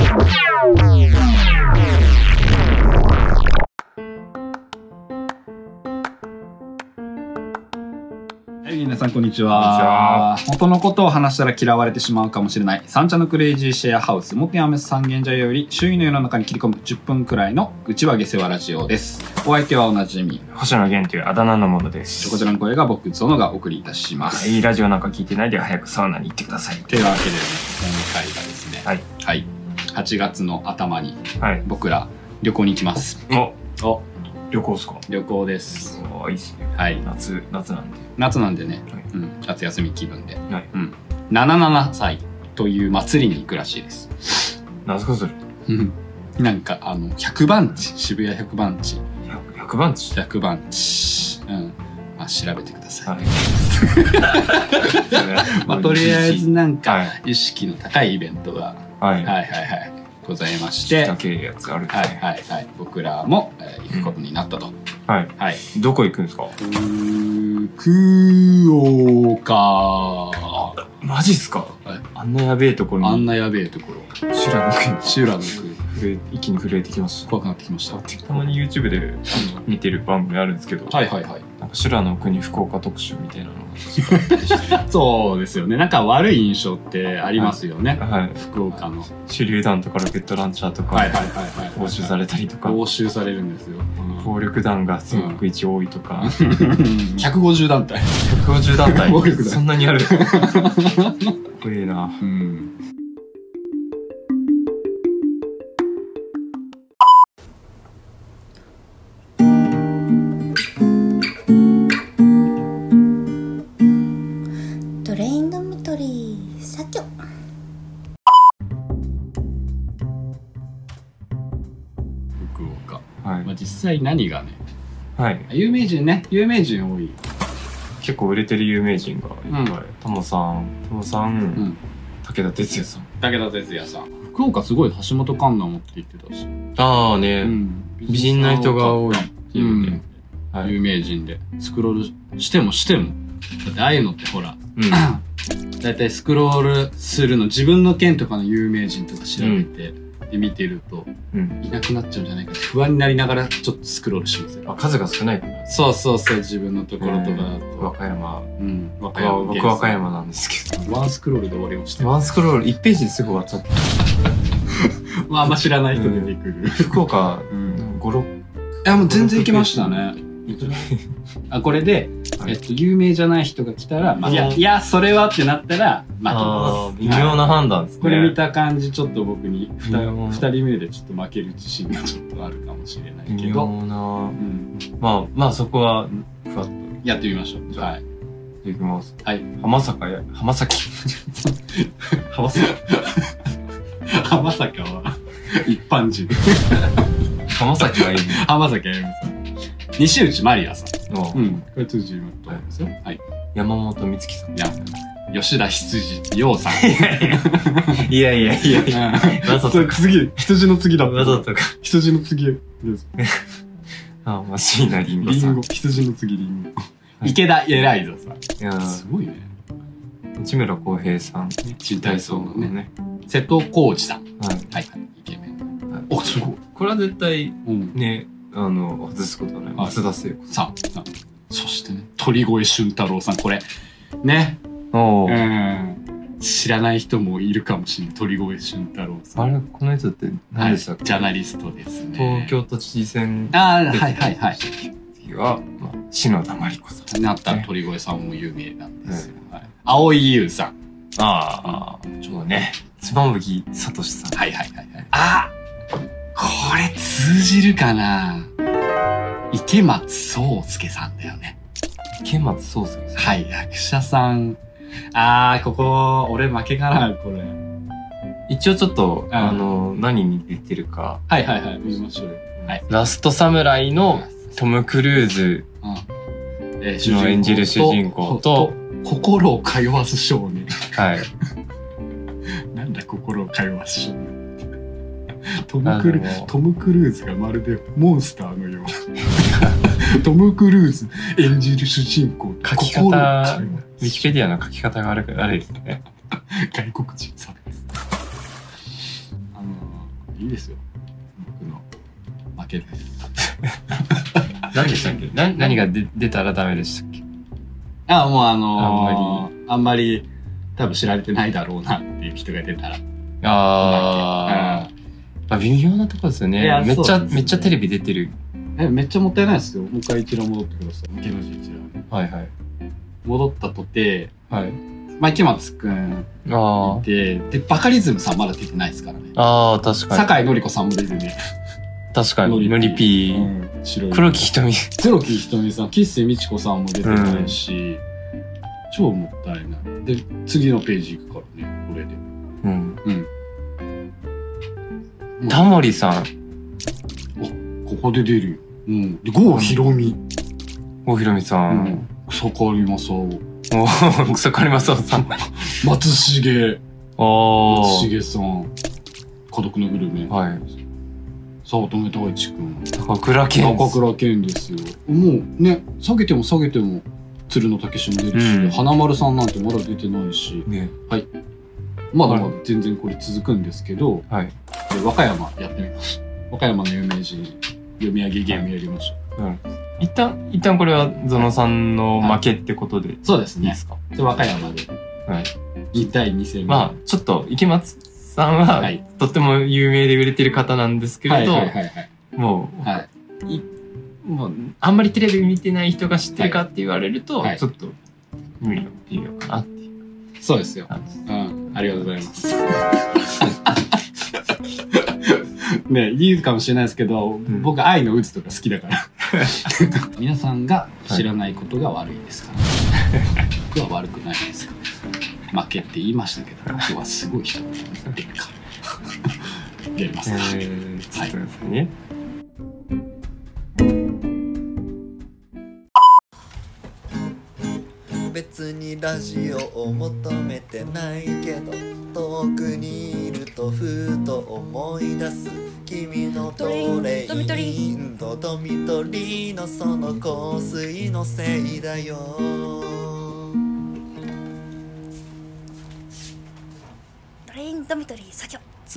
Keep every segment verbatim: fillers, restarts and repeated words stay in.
はい、皆さんこんにちは。元のことを話したら嫌われてしまうかもしれない三茶のクレイジーシェアハウス元山三軒茶屋より周囲の世の中に切り込むじゅっぷんくらいのうちは下世話ラジオです。お相手はおなじみ星野源というあだ名のものです。 こちらの声が僕ゾノがお送りいたします。 いいラジオなんか聞いてないで早くサウナに行ってください。 というわけでね、今回がですね、はい、はい、はちがつの頭に僕ら旅行に行きます。 おお旅行ですか？ 旅行です。 おいいっすね。はい。夏夏なんで。 夏なんでね、はい、うん、夏休み気分で、はい、うん、ななじゅうななさいという祭りに行くらしいです。 何すかそれ？ なんかあのひゃくばんち、渋谷ひゃくばんち。 ひゃくばんち？ ひゃくばんち。うん。まあ調べてください。はい、まあとりあえずなんか意識の高いイベントが、はい、はいはいはいございまして、 高いやつあるんですね。はいはいはい。僕らも、えー、行くことになったと。 はいはい。どこ行くんですか？ 福岡。 マジっすか？あんなやべえところに。 あんなやべえところ。 修羅の国。 修羅の国。 一気に震えてきました。 怖くなってきました。 たまに YouTube で見てる番組あるんですけど、 はいはいはい。 なんか修羅の国福岡特集みたいなのがそうですよね。なんか悪い印象ってありますよね。はい。福岡の手榴弾とかロケットランチャーとか押収されたりとか、 押収されるんですよ。 暴力団が全国一多いとか、 ひゃくごじゅうだんたい。ひゃくごじゅうだんたい。暴力団そんなにある。怖えな。うん。実際何がね、はい、有名人ね、有名人多い。 結構売れてる有名人がいっぱい。タモさん、タモさん、武田鉄矢さん。 武田鉄矢さん。福岡すごい橋本環奈もって言ってたし。 ああね、美人な人が多いっていうね。 有名人でスクロールしてもしても、だってああいうのってほら、だいたいスクロールするの自分の県とかの有名人とか調べて。で見てると、うん、いなくなっちゃうんじゃないかって不安になりながらちょっとスクロールしますよ。 あ、数が少ないから。 そうそうそう、自分のところとかだと。 和歌山。 うん。 和歌山。僕和歌山なんですけど。 ワンスクロールで終わりました。 ワンスクロールいちページですぐ終わっちゃった。 まああんま知らない人出てくる。 福岡、ご、ろく。いやもう全然行きましたね。あ、これで、えっと、有名じゃない人が来たら、まあ、いや、いや、それはってなったら、まあ、微妙な判断ですね。 これ見た感じ、ちょっと僕に、二人目でちょっと負ける自信がちょっとあるかもしれないけど。 微妙な、うん、まあ、まあ、そこは、ふわっと。 やってみましょう。はい。 いきます。 はい。 浜坂や、浜崎。浜坂。 浜坂は、一般人。 浜崎はいいね。 浜崎あゆみさん。西内まりやさん。うん。これ通じると思うんですよ。はい。 山本美月さん。 いや、吉田羊陽さん。 いやいやいやいや。わざと。 次、羊の次だった。 わざとか。 羊の次です。 あ、まあ、椎名林檎さん。 リンゴ、羊の次リンゴ。池田エライザさん。いやすごいね。 内村航平さん。 新体操のね。瀬戸康史さん。はい。はい。イケメン。お、すごい。 これは絶対、ね、あの、外すことはない。松田聖子さん。そしてね、鳥越俊太郎さん、これ。ね。おうん。知らない人もいるかもしれない。鳥越俊太郎さん。 あれ、この人って何でしたっけ？ ジャーナリストですね。 東京都知事選。 ああ、はいはいはい。 次は、まあ、篠田麻里子さん。 なったら鳥越さんも有名なんですよ。蒼井優さん。 ああ、ちょっとね。妻夫木聡さん。 はいはいはいはい。あこれ通じるかな。池松壮亮さんだよね。 池松壮亮さん。 はい、役者さん。あー、ここ、俺負けかな、これ。 一応ちょっと、うん、あの、何に出てるか。 はいはいはい、見ましょうよ。はい。 ラストサムライのトム・クルーズの演じる主人公と、 心を通わす少年。 はい。 なんだ、心を通わす少年。トムクルトム・クルーズがまるでモンスターのようトム・クルーズ演じる主人公書き方ウィキペディアの書き方があるあれですね。 外国人差別。あのいいですよ。僕の負けです。 何でしたっけ？な何が出出たらダメでしたっけ？ あ、もうあのー、あんまり、あんまり多分知られてないだろうなっていう人が出たら。 ああ、微妙なとこですよね。めっちゃ、ね、めっちゃテレビ出てる。 え、めっちゃもったいないですよ。もう一回一覧戻ってください。池之内一覧。 はいはい。 戻ったとて、 はい。 まあ、池松くんいて、で、バカリズムさんまだ出てないですからね。 ああ、確かに。 酒井のり子さんも出てね。 確かに。のりぴー。黒木ひとみ。 黒木ひとみさん、岸瀬美智子さんも出てないし、うん、超もったいない。で、次のページ行くからね、これで。 うん。うん。タモリさん。あ、 ここで出るよ。うん。で、郷ひろみ。 郷ひろみさん。 草刈正雄。 お草刈正雄さん。 松重。 あ松重さん。孤独のグルメ。 はい。 早乙女太一くん。 高倉健。 高倉健ですよ。もうね、下げても下げても、鶴野武も出るし、うん、花丸さんなんてまだ出てないし。 ね。 はい。まだまだ全然これ続くんですけど、 はい。 で和歌山やってみました。和歌山の有名人、読み上げゲームやりましょう。 はい、うん。一旦、一旦これはゾノさんの負けってことで、はい、 そうですね。 いいですか？ で、和歌山で。はい。だいに戦目。 まあ、ちょっと、池松さんは、はい、とっても有名で売れてる方なんですけれど、もう、はい、いもう、あんまりテレビ見てない人が知ってるかって言われると、はい、ちょっと、無理微妙かなっていう。 そうですよ。うん。ありがとうございます。ね、いいかもしれないですけど、うん、僕愛の渦とか好きだから皆さんが知らないことが悪いですから、はい、僕は悪くないですから、負けって言いましたけど、今日はすごい人が出るからやりますか、えー、はい、ですね。 別にラジオを求めてないけど、遠くにいるとふと思い出す君のトレインとドミトリーのその香水のせいだよ。 トレインドミトリー作業。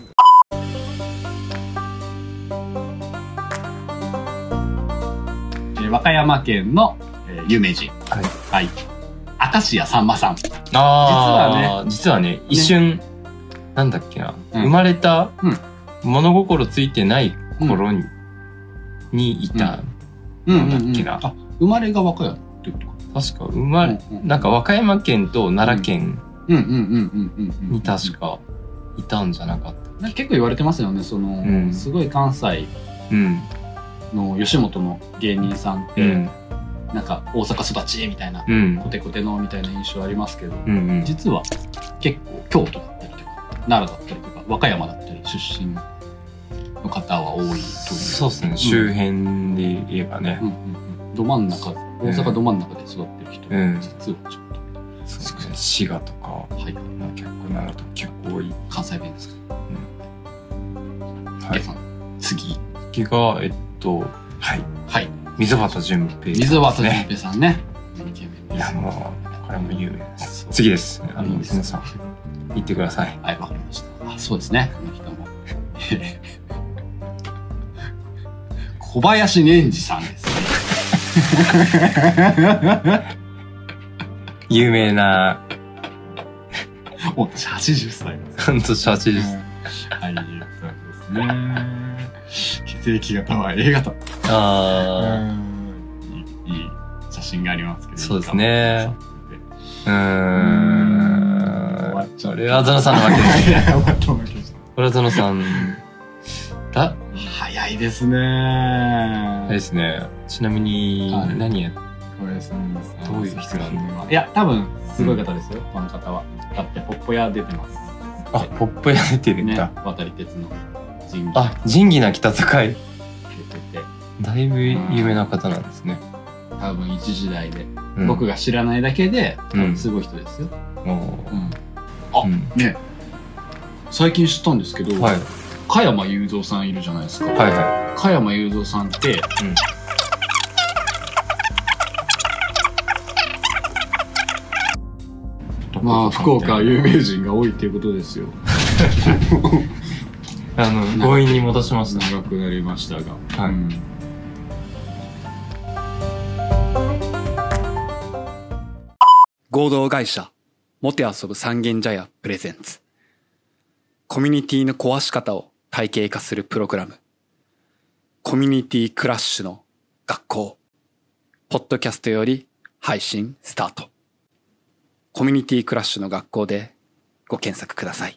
えー、和歌山県の、えー、有名人。はい。はい。明石家さんまさん。 ああ、実はね、実はね、一瞬、ね、なんだっけな、うん、生まれた、うん、物心ついてない頃に、うん、にいたんだっけな。 あ、生まれが和歌山ってことか。 確か、生まれ、うんうん、なんか和歌山県と奈良県に確かいたんじゃなかった。 結構言われてますよね、その、うん、すごい関西の吉本の芸人さんって、うんなんか大阪育ちみたいな、うん、コテコテのみたいな印象ありますけど、うんうん、実は結構京都だったりとか奈良だったりとか和歌山だったり出身の方は多いという。 そうですね、うん、周辺で言えばね、うんうんうん、ど真ん中大阪ど真ん中で育ってる人、うん、実はちょっと、 そうですね、滋賀とか、はい、結構奈良と結構多い関西弁ですか、うんはい、次次がえっとはいはい溝端淳平、 ね、溝端淳平さんね。 いやもうこれも有名です。次です。あの皆さん言ってください。 はい、わかりました。あ、そうですね。この人も小林年次さんですね。有名な。 お、私はちじゅっさいです。 本当はちじゅっさい。 はい、そうですね。血液型は A 型。 ああ、 いい写真がありますけど。 そうですね。うーん。それはゾノさんのわけですね。これはゾノさんだ。 早いですね。 早いですね。ちなみに何や。 これですね。 どういう人なんだろう。いや、多分すごい方ですよ。この方は。だってポッポ屋出てます。 あ、ポッポ屋出てるんだ。 渡り鉄の。 あ、仁義なき戦い。だいぶ有名な方なんですね。 多分一時代で、うん、僕が知らないだけで、うん、すごい人ですよ。うん、あ、うん、ね、最近知ったんですけど、はい、加山雄三さんいるじゃないですか。はいはい。加山雄三さんって、うん、まあ福岡有名人が多いっていうことですよ。 あの強引に戻しました。 長くなりましたが、 はい、うん、 合同会社モテ遊ぶ三軒茶屋プレゼンツ、コミュニティの壊し方を体系化するプログラム、コミュニティクラッシュの学校、ポッドキャストより配信スタート。コミュニティクラッシュの学校でご検索ください。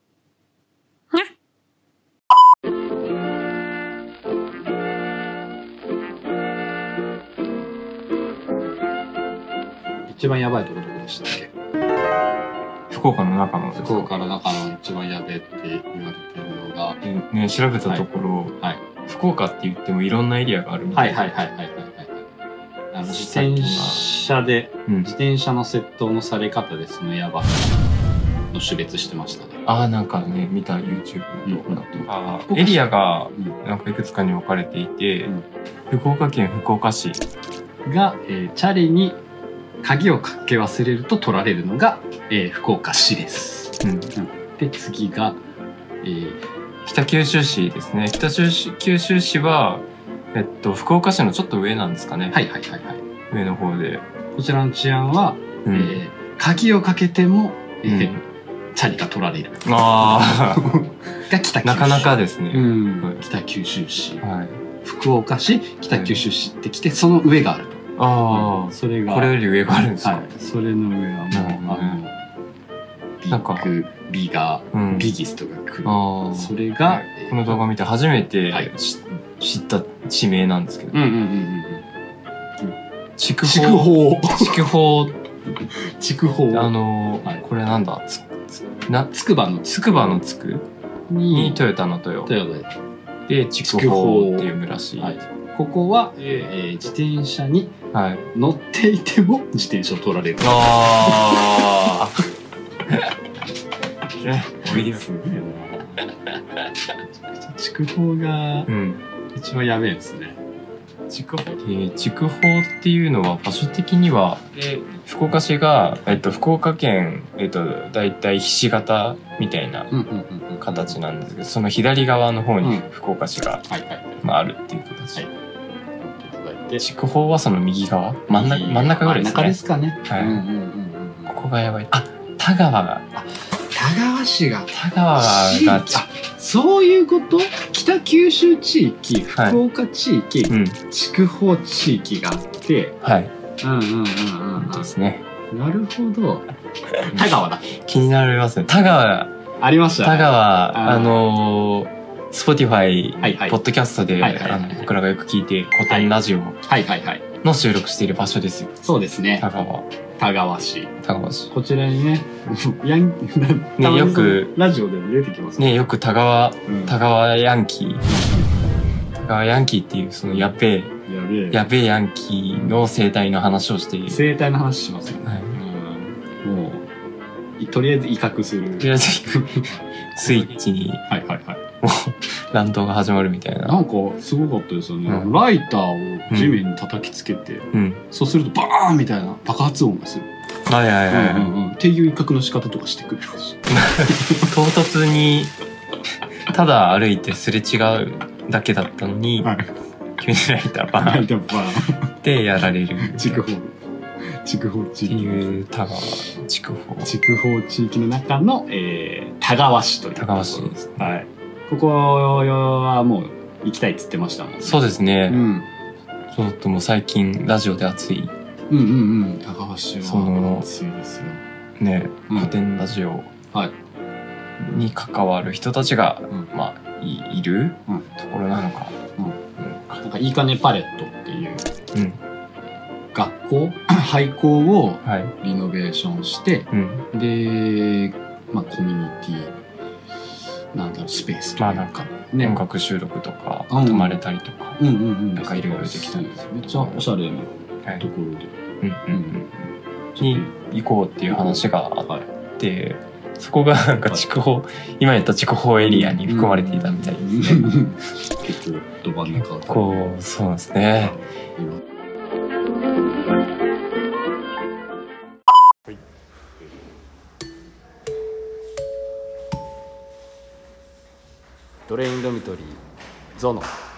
一番やばいところどこでしたっけ？ 福岡の中の福岡の中の一番やべえって言われてるのが、 ね、調べたところ、はいはい、福岡って言ってもいろんなエリアがあるみたいな。 はいはいはいはいはいはい。あの自転車で、うん、自転車の窃盗のされ方でそのやばさの種別してましたね。 ああ、なんかね、見た YouTube の動画だと、うん、あエリアがなんかいくつかに分かれていて、うん、福岡県福岡市が、えー、チャリに鍵をかけ忘れると取られるのが、えー、福岡市です。うん、で次が、えー、 北九州市ですね。北九州市は、えっと、福岡市のちょっと上なんですかね。 はいはいはいはい。 上の方で。 こちらの治安は、うん、えー、鍵をかけても、えーうん、チャリが取られる。ああ。が北九州。 なかなかですね。 うん、北九州市、はい。福岡市、北九州市ってきて、その上があると。 ああ、それが。これより上があるんですか？はい。 それの上はもう、あの、ビッグ、ビガー、ビギストが来る。ああ。それが、 この動画見て初めて知った地名なんですけど。うんうんうんうん。筑豊。筑豊。 筑豊。 あのー、これなんだつ、 つ、な、つくばの、 つくばのつくにトヨタのトヨ。 トヨタで、筑豊っていう村らしい。はい、 ここは、えー、自転車に乗っていても自転車を取られる。 ああ。 おいですね。筑豊が一番やべえですね。 筑豊、えー、筑豊っていうのは場所的には、えー、福岡市が、えっと、福岡県、えっと、だいたいひし形みたいな形なんですけど、その左側の方に福岡市が、うん、まあ、あるっていう形。はい、筑豊はその右側真ん中、真ん中ぐらいですね。 真ん中ですかね。 はい。うんうんうんうん、ここがやばい。あ、田川が。あ、 田川市が。 田川が。あ、 そういうこと？北九州地域、福岡地域、はい、うん、筑豊地域があって、はい。うんうんうんうん。 ですね。 なるほど。田川だ。 気になりますね。田川。 ありましたね。 田川、あのー、Spotify、はいはい、ポッドキャストで、はいはい、あの僕らがよく聞いて、古典ラジオの収録している場所ですよ。 そうですね。 田川。 田川市。 田川市。 こちらにね、ヤンね、よく、 ラジオでも出てきますね。 ね、よく田川、うん、田川ヤンキー。田川ヤンキーっていう、そのやべえ、やべえ、やべえヤンキーの生態の話をしている。 生態の話しますよね。はい、うん、もう、とりあえず威嚇する。 とりあえずスイッチに。 はいはいはい。 もう乱闘が始まるみたいな。 なんかすごかったですよね。うん、ライターを地面に叩きつけて、うん、そうするとバーンみたいな爆発音がする。 はいはいはい、はい、 うんうん。っていう威嚇の仕方とかしてくれるし。 唐突にただ歩いてすれ違うだけだったのに、はい、急にライターバーンでやられる。 筑豊。筑豊地域。 っていう田川、筑豊。 筑豊地域の中の、えー、田川市という。 田川市です、ね。 はい。ここはもう行きたいっつってましたもんね。 そうですね。うん。ちょっともう最近ラジオで熱い。 うんうんうん。田川市は熱いですよ。 ね、うん、古典ラジオに関わる人たちが、うん、まあ い, いる、うん、ところなのか。うんうん、なんかいいかねパレットっていう。うん。学校廃校をリノベーションして、はい、で、まあ、コミュニティなんだろうスペースとか、まあ、なんかね、音楽収録とか泊まれたりとか、うんうんうん、なんかいろいろできたんですよ。 めっちゃおしゃれなところで、 はい、うんうんうん、に行こうっていう話があって、はい、そこがなんか筑豊、はい、今言った筑豊エリアに含まれていたみたいですね。 結構ど真ん中。 こうそうなんですね。 どレインドミトリーゾノ。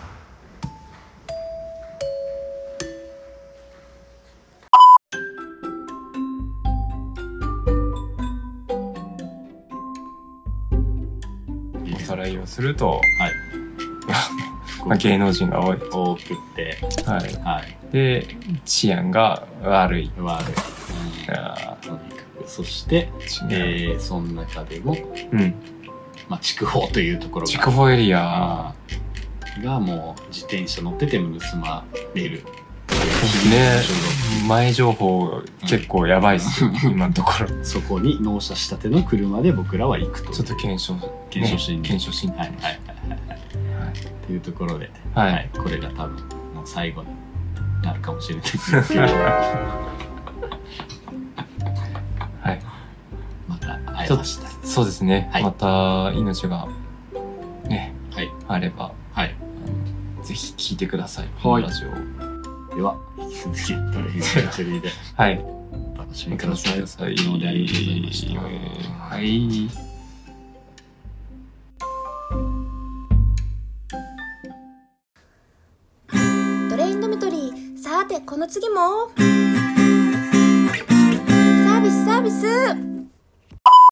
おさらいをすると、 はいまあ、芸能人が多い多くて、 はい、 はい、 で治安が悪い悪い、うん、あとにかくそして、えー、その中でも、うんまあ、筑豊というところが筑豊エリアがもう自転車乗ってても盗まれる。 ね、前情報結構やばいっすよ、ね、今のところ。 そこに納車したての車で僕らは行くと。 ちょっと検証検証しに、 ね、検証しに、 はいはいはいはいはいっていうところで、 はいはい、これが多分もう最後になるかもしれないですけどはいまた会えました。 そうですね、 はい、 また命がね、はい、あれば、 はい、 ぜひ聞いてください、このラジオを。 では、引き続き、トレインセンチュリーで、 はい。 お楽しみください。 はい。今までありがとうございました。はい。 トレインドミトリー、さて、この次も、サービスサービス